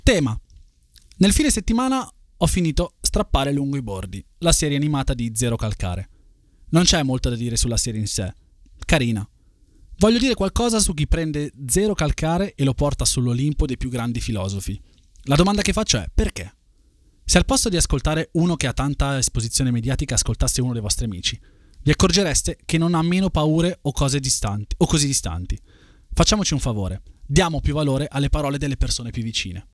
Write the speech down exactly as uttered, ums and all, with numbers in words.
Tema. Nel fine settimana ho finito Strappare lungo i bordi, la serie animata di Zero Calcare. Non c'è molto da dire sulla serie in sé. Carina. Voglio dire qualcosa su chi prende Zero Calcare e lo porta sull'Olimpo dei più grandi filosofi. La domanda che faccio è: perché? Se al posto di ascoltare uno che ha tanta esposizione mediatica ascoltasse uno dei vostri amici, vi accorgereste che non ha meno paure o cose distanti o così distanti. Facciamoci un favore, diamo più valore alle parole delle persone più vicine.